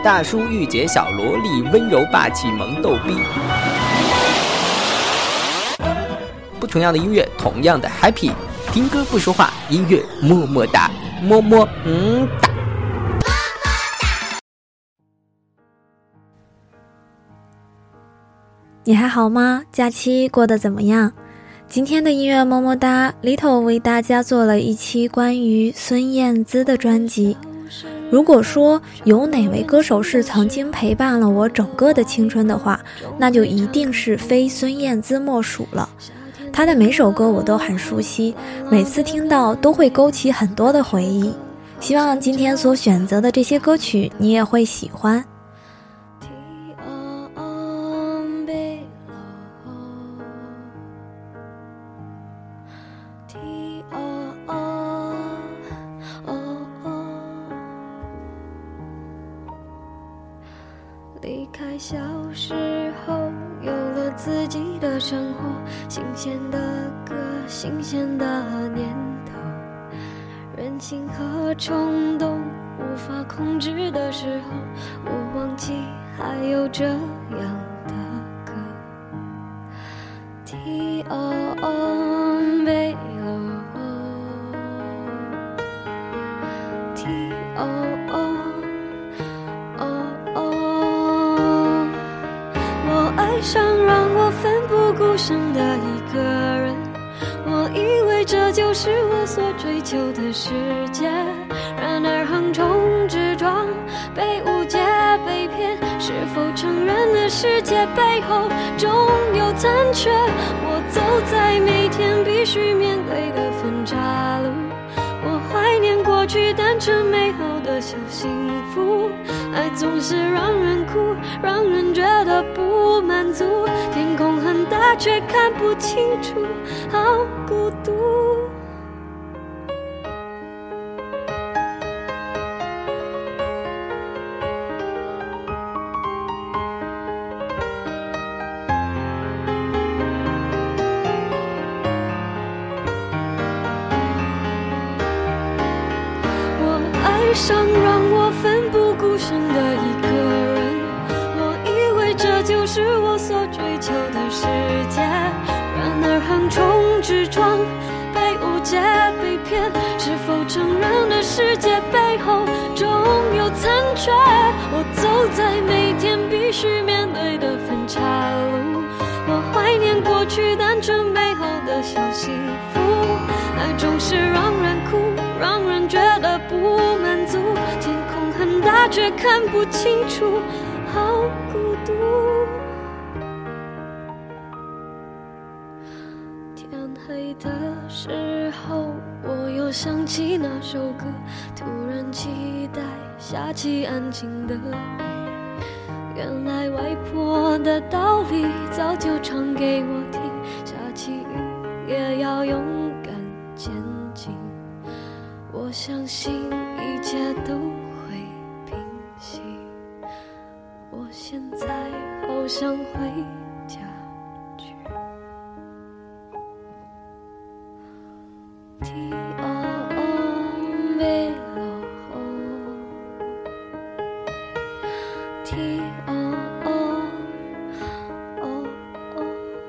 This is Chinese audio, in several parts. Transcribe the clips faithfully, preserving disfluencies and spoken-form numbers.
大叔御姐小萝莉，温柔霸气萌逗逼。不同样的音乐，同样的 happy， 听歌不说话，音乐么么哒，么么嗯哒。 你还好吗？假期过得怎么样？今天的音乐么么哒 Little 为大家做了一期关于孙燕姿的专辑。如果说有哪位歌手是曾经陪伴了我整个的青春的话，那就一定是非孙燕姿莫属了。她的每首歌我都很熟悉，每次听到都会勾起很多的回忆。希望今天所选择的这些歌曲你也会喜欢。 离开小时候，有了自己的生活，新鲜的歌，新鲜的念头，任性和冲动无法控制的时候，我忘记还有这样的歌。 T O O V O T O O爱上让我奋不顾身的一个人，我以为这就是我所追求的世界，然而横冲直撞，被误解被骗，是否承认了世界背后总有残缺？我走在每天必须面对的分岔路，我怀念过去单纯美好的小幸福，爱总是让人哭，让人觉得不满足，天空很大却看不清楚，好孤独。爱上让我奋不顾身的一个人，我以为这就是我所追求的世界，然而横冲直撞，被误解被骗，是否承认了世界背后总有残缺？我走在每天必须面对的分岔路，我怀念过去单纯美好的小幸福，爱总是让人哭，让人觉得不满足，天空很大却看不清楚，好孤独。天黑的时候，我又想起那首歌，突然期待下起安静的雨，原来外婆的道理早就唱给我听，下起雨也要勇敢前进，我相信一切都会平息，我现在好想回家去。 T O O V O T O O O O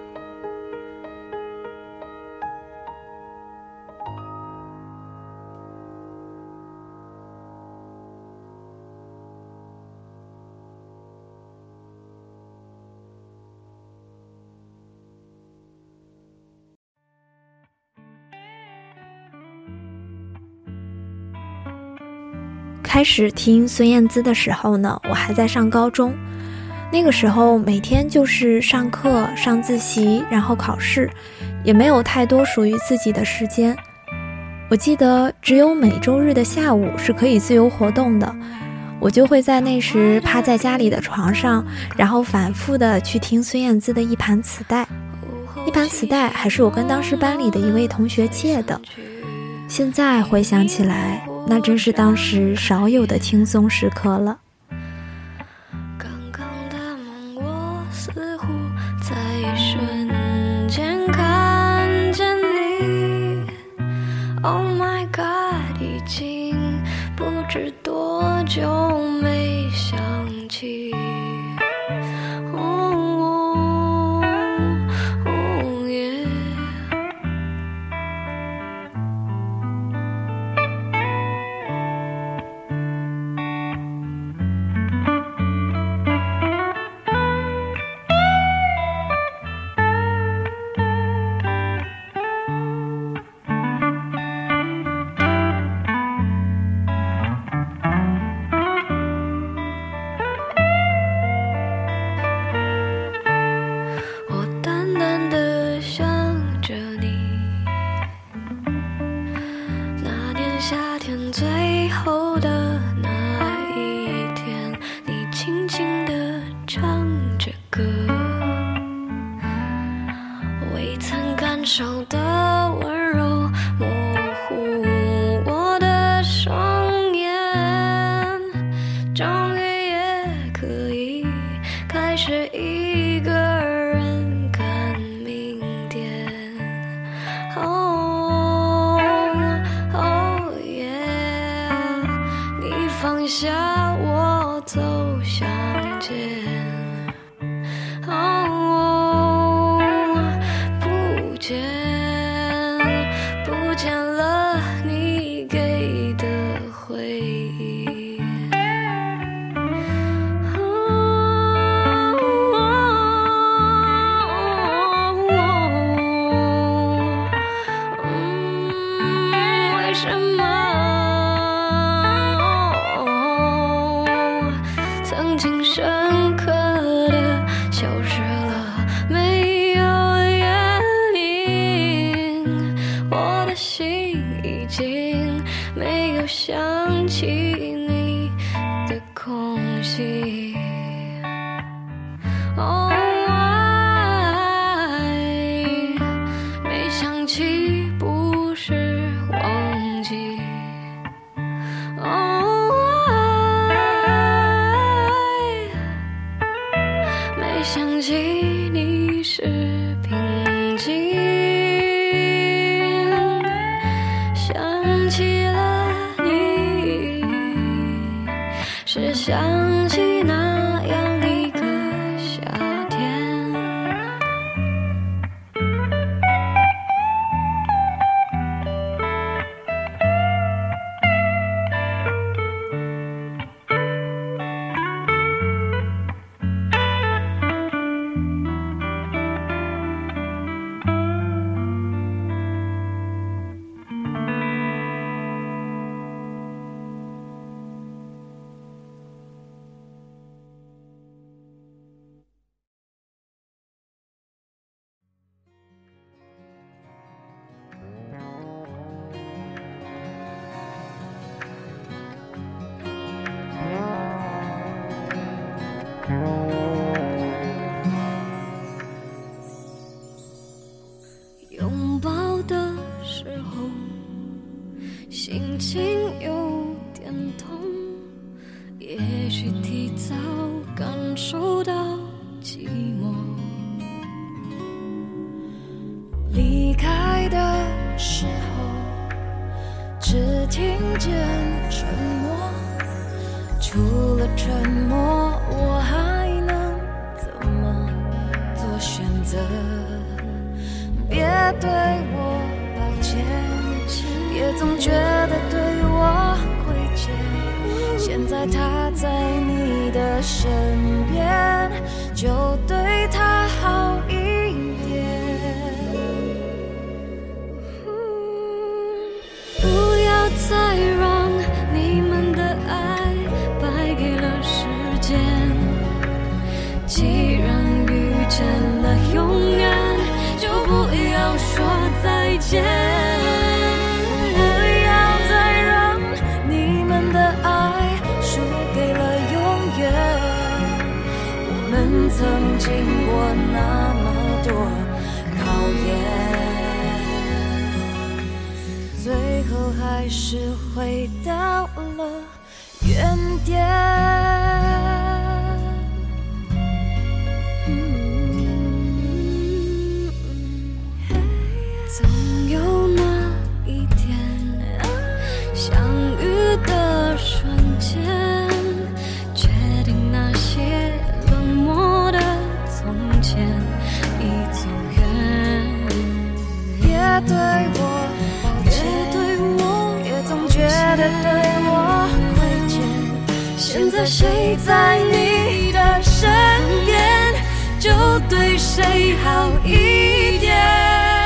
开始听孙燕姿的时候呢，我还在上高中，那个时候每天就是上课、上自习，然后考试，也没有太多属于自己的时间。我记得只有每周日的下午是可以自由活动的，我就会在那时趴在家里的床上，然后反复的去听孙燕姿的一盘磁带。一盘磁带还是我跟当时班里的一位同学借的，现在回想起来，那真是当时少有的轻松时刻了。 刚刚的梦，我似乎在一瞬间看见你。Oh my god， 已经不知多久没想未曾感受的温柔模糊我的双眼，终于也可以开始一个人看明天。哦哦耶，你放下我走向前。哦，不见不见了你给的回忆。为什么曾经深刻的消失了，没有原因，我的心已经没有想起你的空隙。哦，爱没想起不是忘记。哦，爱没想起你是平静，想起了你是想起那样一个夏天。拥抱的时候，心情有点痛，也许提早感受到寂寞。离开的时候，只听见沉默，除了沉默，我还能怎么做选择？别对我抱歉，也总觉得对我亏欠。现在他在你的身边，就对他好一点。不要再让你们的爱败给了时间，既然遇见了永远，就不要说再见。不要再让你们的爱输给了永远，我们曾经过那么多考验，最后还是回到了原点。总有那一天，相遇的瞬间，决定那些冷漠的从前已走远。别对我抱歉，对我也总觉得对我亏欠。现在谁在你的身边，就对谁好一点。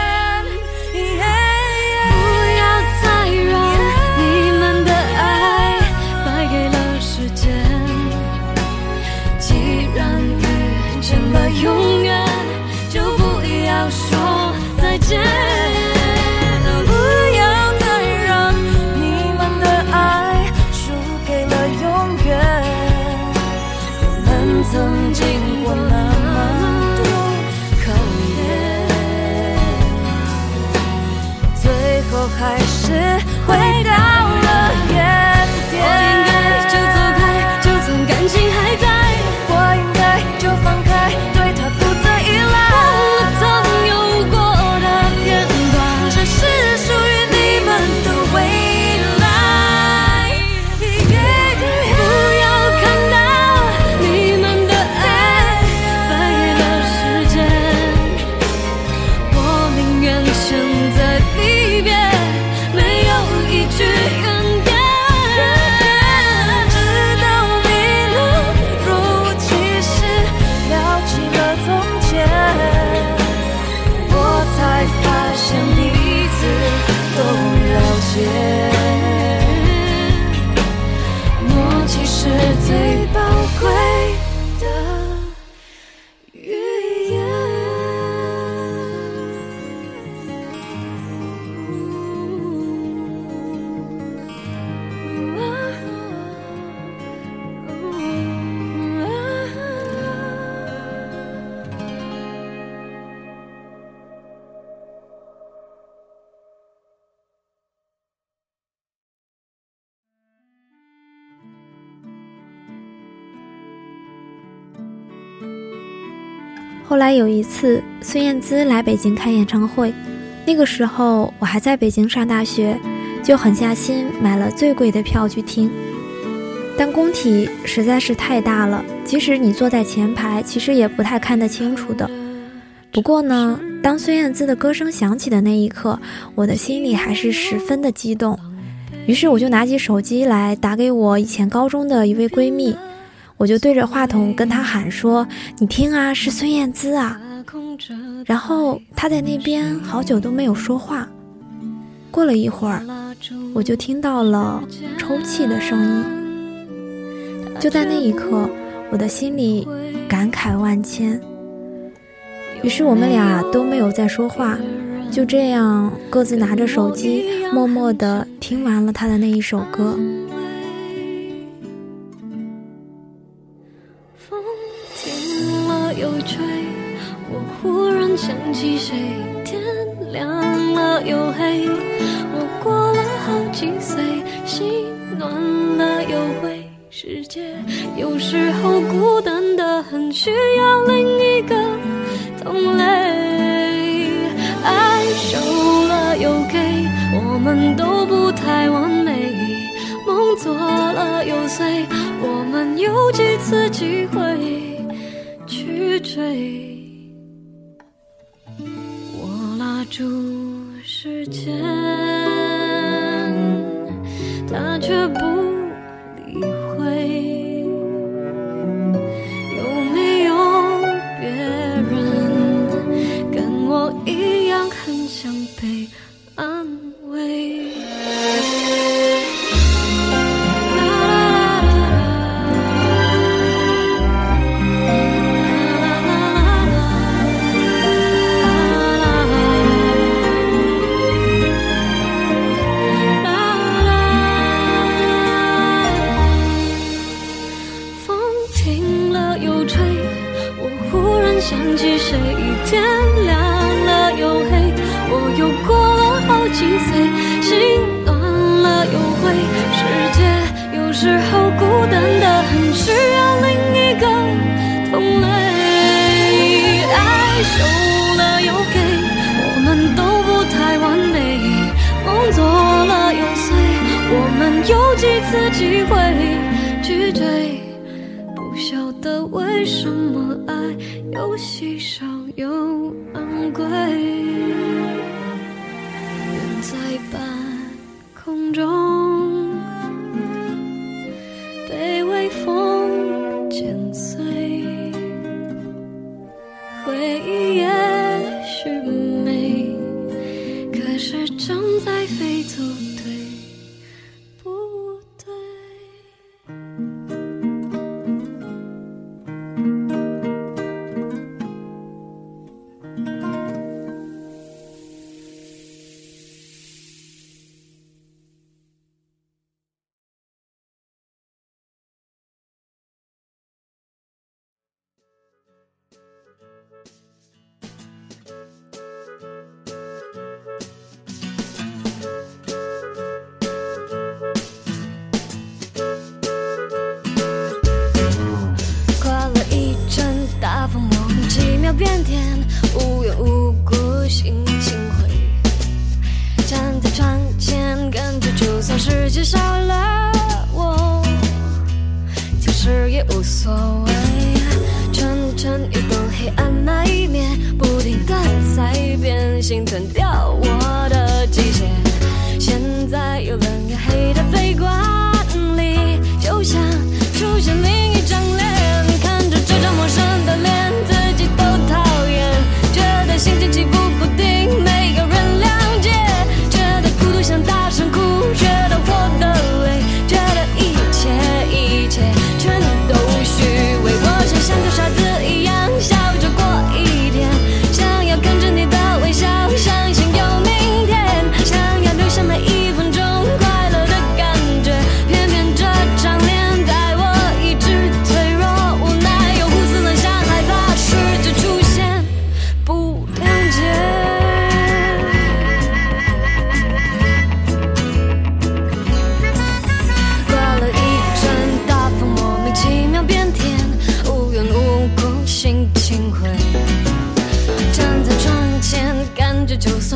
永远就不要说再见，不要再让你们的爱输给了永远，我们曾经过那么后来有一次孙燕姿来北京开演唱会，那个时候我还在北京上大学，就狠下心买了最贵的票去听。但工体实在是太大了，即使你坐在前排，其实也不太看得清楚的。不过呢，当孙燕姿的歌声响起的那一刻，我的心里还是十分的激动。于是我就拿起手机来打给我以前高中的一位闺蜜，我就对着话筒跟她喊说：“你听啊，是孙燕姿啊。”然后她在那边好久都没有说话。过了一会儿，我就听到了抽泣的声音。就在那一刻，我的心里感慨万千。于是我们俩都没有再说话，就这样各自拿着手机，默默地听完了他的那一首歌。 风停了又吹，我忽然想起谁，天亮了又黑，我过了好几岁，心暖了又灰，世界有时候孤单的很，需要另一个同类。爱收了又给，我们都不太完美，梦做了又碎，我们有几次机会去追。我拉住时间，他却不理会。有没有别人跟我一样很想被安慰？想起谁，天亮了又黑，我又过了好几岁，心暖了又灰，世界有时候孤单的很，需要另一个同类。爱收了又给，我们都不太完美，梦做了又碎，我们有几次机会去追，不晓得为什么爱又稀少又昂贵，远在半空中，被微风剪碎。回忆也许美，可是正在飞走，对不对？变天，无缘无故心情灰，站在窗前，感觉就算世界少了我，其实也无所谓。沉沉欲崩，黑暗那一面，不停地在变，心疼掉我的极限。现在又冷又黑的悲观里，就像出现另一张脸，看着这张陌生的脸，自己都讨厌，觉得心情起伏不定，没有人谅解，觉得孤独想大声哭，觉得活得累，觉得一切一切全都虚伪。我想像个傻子一样笑着过一天，想要看着你的微笑，相信有明天，想要留下每一分钟快乐的感觉，偏偏这张脸在我一直脆弱无奈，又胡思乱想，害怕世界出现不谅解。刮了一阵大风，莫名其妙变天，无缘无故心情灰。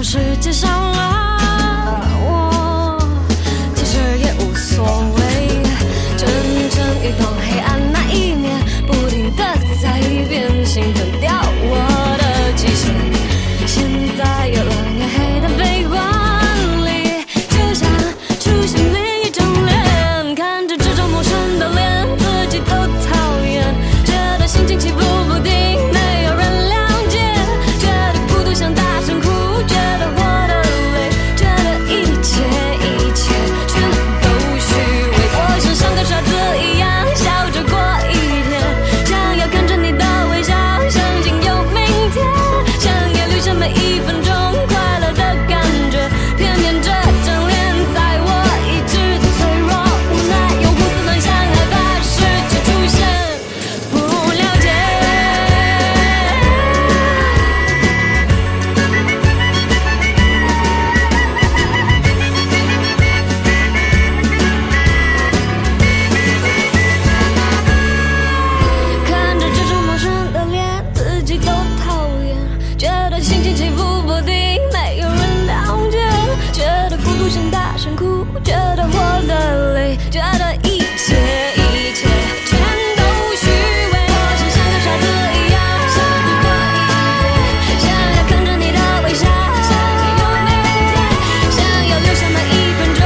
从世界上了，我其实也无所谓。真正遇到黑暗那一面，不停地在变形，吞掉我的极限。现在有了夜黑的悲欢里，就像出现另一张脸，看着这张陌生的脸，自己都讨厌，觉得心情起伏不定，没有人了解，觉得孤独想大声哭，觉得我的累，觉得一切一切全都虚伪。我想像个傻子一样笑着过一天，想要看着你的微笑，相信有明天，想要留下每一分钟快乐的感觉，偏偏这张脸在我意志的脆弱，无奈又胡思乱想，害怕世界出现，不了解。看着这张陌生的脸，自己都讨厌，觉得心情起伏不定，没有人了解，觉得孤独想大声哭，觉得我的累，觉得一切一切全都虚伪。我想像个傻子一样笑着过一天，想要看着你的微笑，相信有明天，想要留下每一分钟，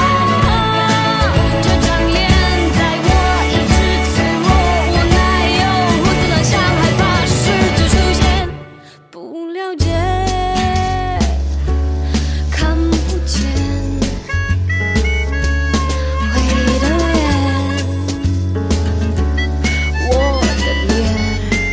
这张脸在我意志脆弱，无奈又胡思乱想，害怕世界出现，不了解，看不见灰的脸，我的脸。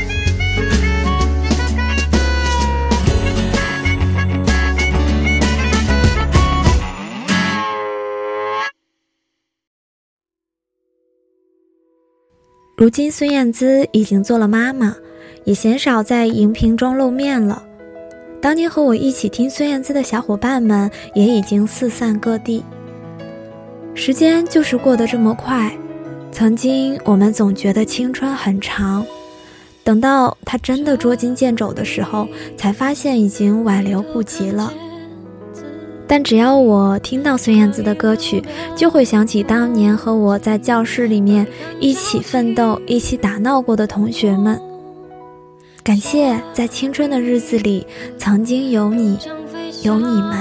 如今孙燕姿已经做了妈妈，也鲜少在荧屏中露面了。当年和我一起听孙燕姿的小伙伴们也已经四散各地。时间就是过得这么快，曾经我们总觉得青春很长，等到它真的捉襟见肘的时候，才发现已经挽留不及了。但只要我听到孙燕姿的歌曲，就会想起当年和我在教室里面一起奋斗、一起打闹过的同学们。感谢在青春的日子里曾经有你，有你们。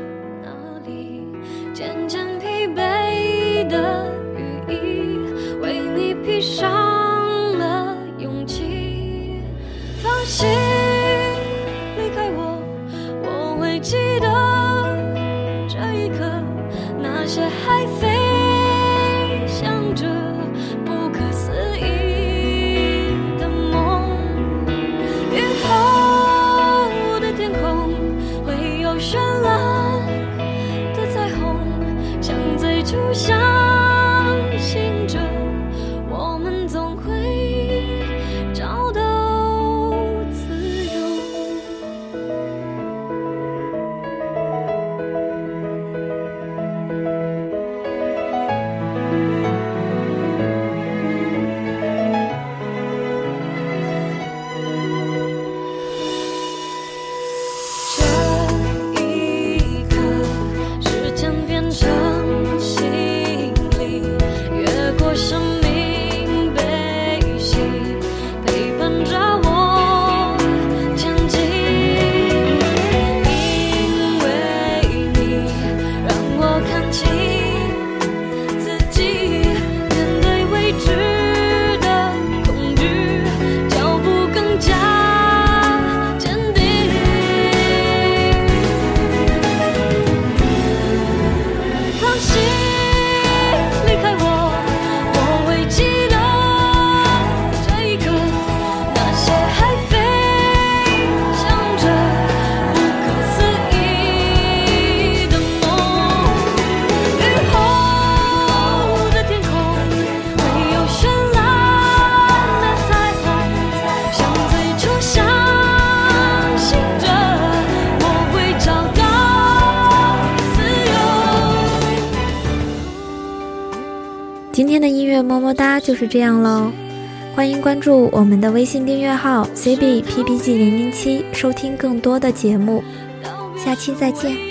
渐渐疲惫的羽翼为你披上了勇气，放心离开我，我会记得这一刻，那些还飞翔着不可思议的梦。雨后的天空会有绚烂的彩虹，像最初相信着我们总会找到自由。这一刻，时间变成行李，越过生命悲喜，陪伴着我前进。因为你让我看清自己，面对未知的恐惧，脚步更加坚定。放心离开我，我会记得这一刻，那些还飞翔着不可思议的梦。雨后的天空会有绚烂的彩虹，像最初相信着我会找到自由。 今天的音乐么么哒就是这样喽，欢迎关注我们的微信订阅号 C B P P G 零零七，收听更多的节目。 下期再见。